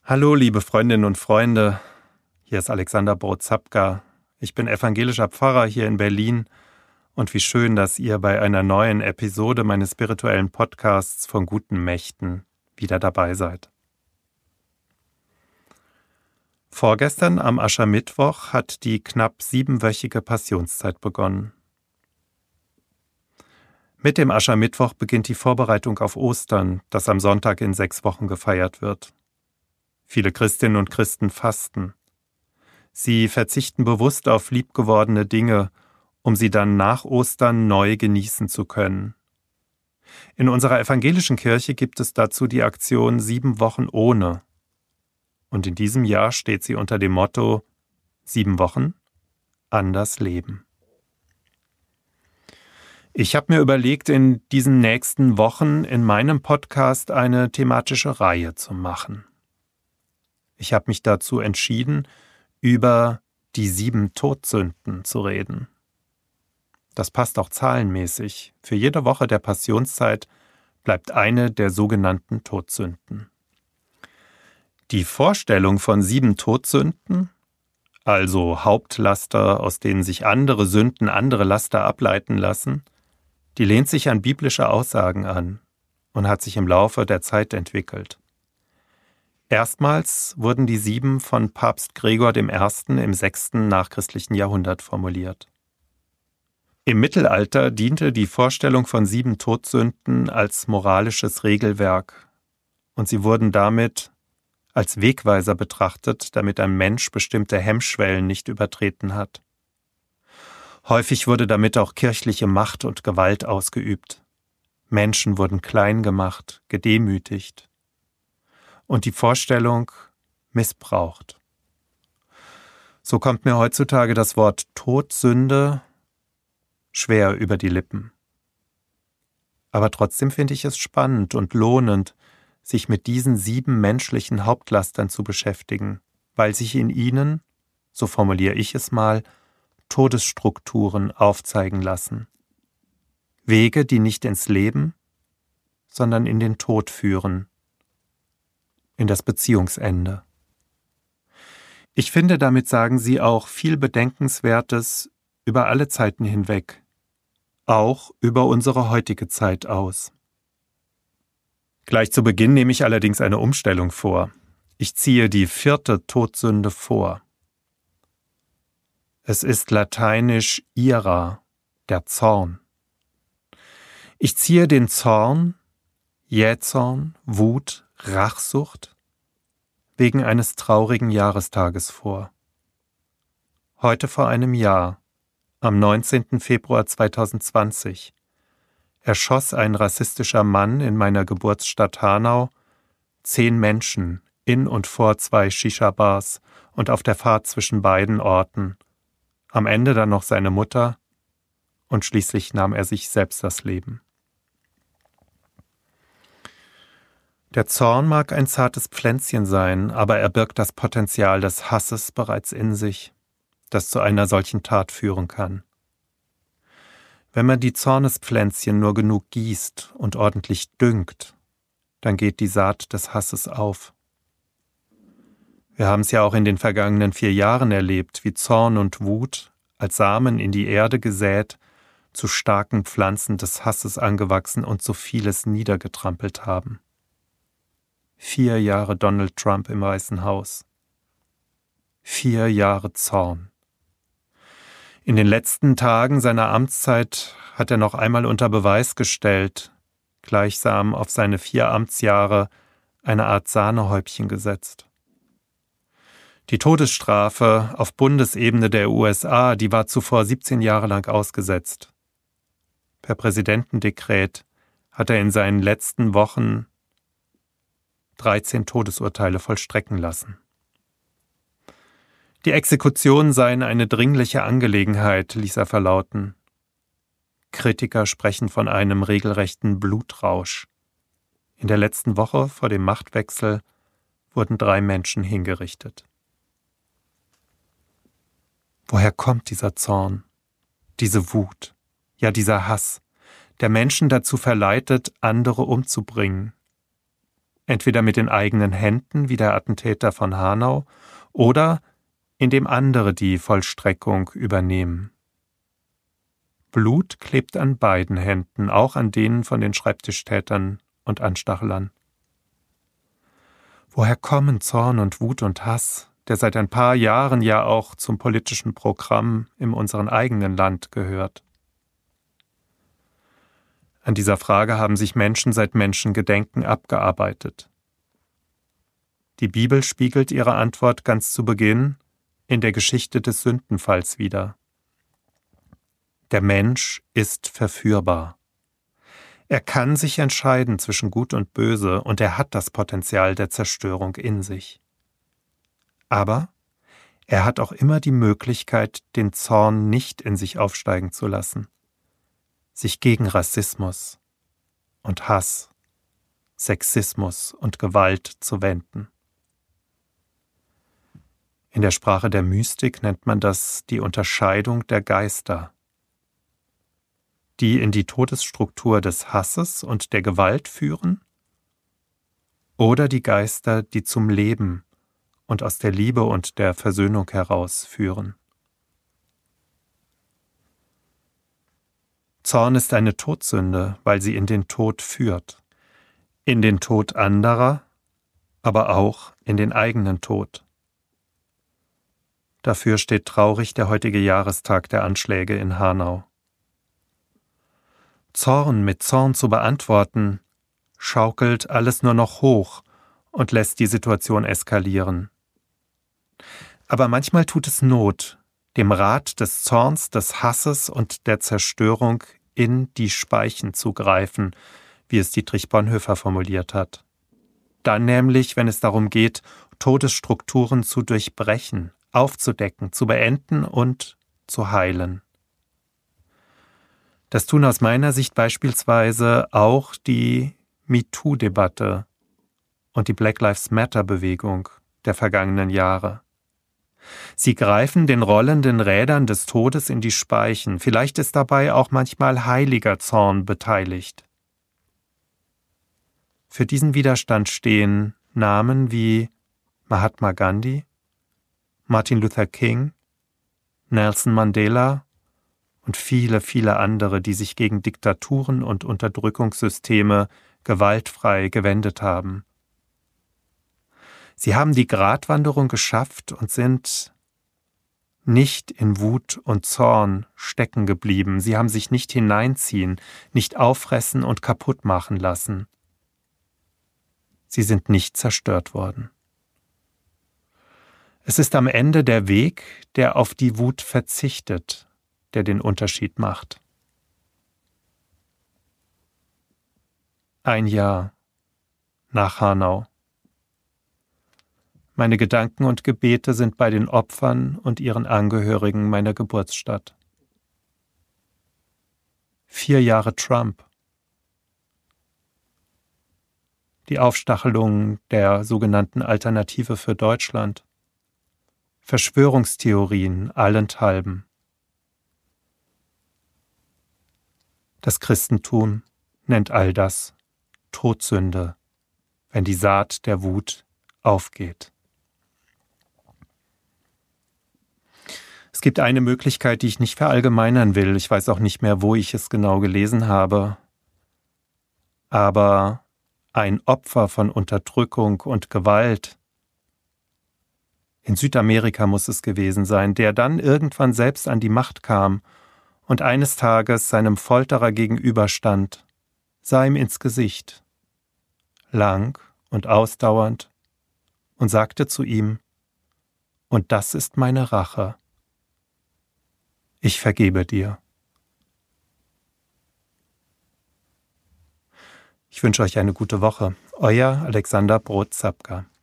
Hallo, liebe Freundinnen und Freunde, hier ist Alexander Borozapka. Ich bin evangelischer Pfarrer hier in Berlin und wie schön, dass ihr bei einer neuen Episode meines spirituellen Podcasts von guten Mächten wieder dabei seid. Vorgestern am Aschermittwoch hat die knapp 7-wöchige Passionszeit begonnen. Mit dem Aschermittwoch beginnt die Vorbereitung auf Ostern, das am Sonntag in 6 Wochen gefeiert wird. Viele Christinnen und Christen fasten. Sie verzichten bewusst auf liebgewordene Dinge, um sie dann nach Ostern neu genießen zu können. In unserer evangelischen Kirche gibt es dazu die Aktion 7 Wochen ohne. Und in diesem Jahr steht sie unter dem Motto 7 Wochen anders leben. Ich habe mir überlegt, in diesen nächsten Wochen in meinem Podcast eine thematische Reihe zu machen. Ich habe mich dazu entschieden, über die 7 Todsünden zu reden. Das passt auch zahlenmäßig. Für jede Woche der Passionszeit bleibt eine der sogenannten Todsünden. Die Vorstellung von 7 Todsünden, also Hauptlaster, aus denen sich andere Sünden, andere Laster ableiten lassen, die lehnt sich an biblische Aussagen an und hat sich im Laufe der Zeit entwickelt. Erstmals wurden die 7 von Papst Gregor I. im 6. nachchristlichen Jahrhundert formuliert. Im Mittelalter diente die Vorstellung von 7 Todsünden als moralisches Regelwerk und sie wurden damit als Wegweiser betrachtet, damit ein Mensch bestimmte Hemmschwellen nicht übertreten hat. Häufig wurde damit auch kirchliche Macht und Gewalt ausgeübt. Menschen wurden klein gemacht, gedemütigt. Und die Vorstellung missbraucht. So kommt mir heutzutage das Wort Todsünde schwer über die Lippen. Aber trotzdem finde ich es spannend und lohnend, sich mit diesen 7 menschlichen Hauptlastern zu beschäftigen, weil sich in ihnen, so formuliere ich es mal, Todesstrukturen aufzeigen lassen. Wege, die nicht ins Leben, sondern in den Tod führen. In das Beziehungsende. Ich finde, damit sagen sie auch viel Bedenkenswertes über alle Zeiten hinweg, auch über unsere heutige Zeit aus. Gleich zu Beginn nehme ich allerdings eine Umstellung vor. Ich ziehe die 4. Todsünde vor. Es ist lateinisch ira, der Zorn. Ich ziehe den Zorn, Jähzorn, Wut, Rachsucht wegen eines traurigen Jahrestages vor. Heute vor einem Jahr, am 19. Februar 2020, erschoss ein rassistischer Mann in meiner Geburtsstadt Hanau 10 Menschen in und vor 2 Shisha-Bars und auf der Fahrt zwischen beiden Orten, am Ende dann noch seine Mutter und schließlich nahm er sich selbst das Leben. Der Zorn mag ein zartes Pflänzchen sein, aber er birgt das Potenzial des Hasses bereits in sich, das zu einer solchen Tat führen kann. Wenn man die Zornespflänzchen nur genug gießt und ordentlich düngt, dann geht die Saat des Hasses auf. Wir haben es ja auch in den vergangenen 4 Jahren erlebt, wie Zorn und Wut, als Samen in die Erde gesät, zu starken Pflanzen des Hasses angewachsen und so vieles niedergetrampelt haben. 4 Jahre Donald Trump im Weißen Haus. 4 Jahre Zorn. In den letzten Tagen seiner Amtszeit hat er noch einmal unter Beweis gestellt, gleichsam auf seine 4 Amtsjahre eine Art Sahnehäubchen gesetzt. Die Todesstrafe auf Bundesebene der USA, die war zuvor 17 Jahre lang ausgesetzt. Per Präsidentendekret hat er in seinen letzten Wochen 13 Todesurteile vollstrecken lassen. Die Exekutionen seien eine dringliche Angelegenheit, ließ er verlauten. Kritiker sprechen von einem regelrechten Blutrausch. In der letzten Woche vor dem Machtwechsel wurden 3 Menschen hingerichtet. Woher kommt dieser Zorn, diese Wut, ja dieser Hass, der Menschen dazu verleitet, andere umzubringen? entweder mit den eigenen Händen wie der Attentäter von Hanau oder indem andere die Vollstreckung übernehmen. Blut klebt an beiden Händen, auch an denen von den Schreibtischtätern und Anstachelern. Woher kommen Zorn und Wut und Hass, der seit ein paar Jahren ja auch zum politischen Programm in unserem eigenen Land gehört? An dieser Frage haben sich Menschen seit Menschengedenken abgearbeitet. Die Bibel spiegelt ihre Antwort ganz zu Beginn in der Geschichte des Sündenfalls wider. Der Mensch ist verführbar. Er kann sich entscheiden zwischen Gut und Böse und er hat das Potenzial der Zerstörung in sich. Aber er hat auch immer die Möglichkeit, den Zorn nicht in sich aufsteigen zu lassen, sich gegen Rassismus und Hass, Sexismus und Gewalt zu wenden. In der Sprache der Mystik nennt man das die Unterscheidung der Geister, die in die Todesstruktur des Hasses und der Gewalt führen, oder die Geister, die zum Leben und aus der Liebe und der Versöhnung heraus führen. Zorn ist eine Todsünde, weil sie in den Tod führt, in den Tod anderer, aber auch in den eigenen Tod. Dafür steht traurig der heutige Jahrestag der Anschläge in Hanau. Zorn mit Zorn zu beantworten, schaukelt alles nur noch hoch und lässt die Situation eskalieren. Aber manchmal tut es Not, dem Rad des Zorns, des Hasses und der Zerstörung in die Speichen zu greifen, wie es Dietrich Bonhoeffer formuliert hat. Dann nämlich, wenn es darum geht, Todesstrukturen zu durchbrechen, aufzudecken, zu beenden und zu heilen. Das tun aus meiner Sicht beispielsweise auch die MeToo-Debatte und die Black Lives Matter-Bewegung der vergangenen Jahre. Sie greifen den rollenden Rädern des Todes in die Speichen. Vielleicht ist dabei auch manchmal heiliger Zorn beteiligt. Für diesen Widerstand stehen Namen wie Mahatma Gandhi, Martin Luther King, Nelson Mandela und viele, viele andere, die sich gegen Diktaturen und Unterdrückungssysteme gewaltfrei gewendet haben. Sie haben die Gratwanderung geschafft und sind nicht in Wut und Zorn stecken geblieben. Sie haben sich nicht hineinziehen, nicht auffressen und kaputt machen lassen. Sie sind nicht zerstört worden. Es ist am Ende der Weg, der auf die Wut verzichtet, der den Unterschied macht. Ein Jahr nach Hanau. Meine Gedanken und Gebete sind bei den Opfern und ihren Angehörigen meiner Geburtsstadt. 4 Jahre Trump. Die Aufstachelung der sogenannten Alternative für Deutschland. Verschwörungstheorien allenthalben. Das Christentum nennt all das Todsünde, wenn die Saat der Wut aufgeht. Es gibt eine Möglichkeit, die ich nicht verallgemeinern will. Ich weiß auch nicht mehr, wo ich es genau gelesen habe. Aber ein Opfer von Unterdrückung und Gewalt, in Südamerika muss es gewesen sein, der dann irgendwann selbst an die Macht kam und eines Tages seinem Folterer gegenüberstand, sah ihm ins Gesicht, lang und ausdauernd, und sagte zu ihm: „Und das ist meine Rache. Ich vergebe dir." Ich wünsche euch eine gute Woche. Euer Alexander Brodt-Zapka.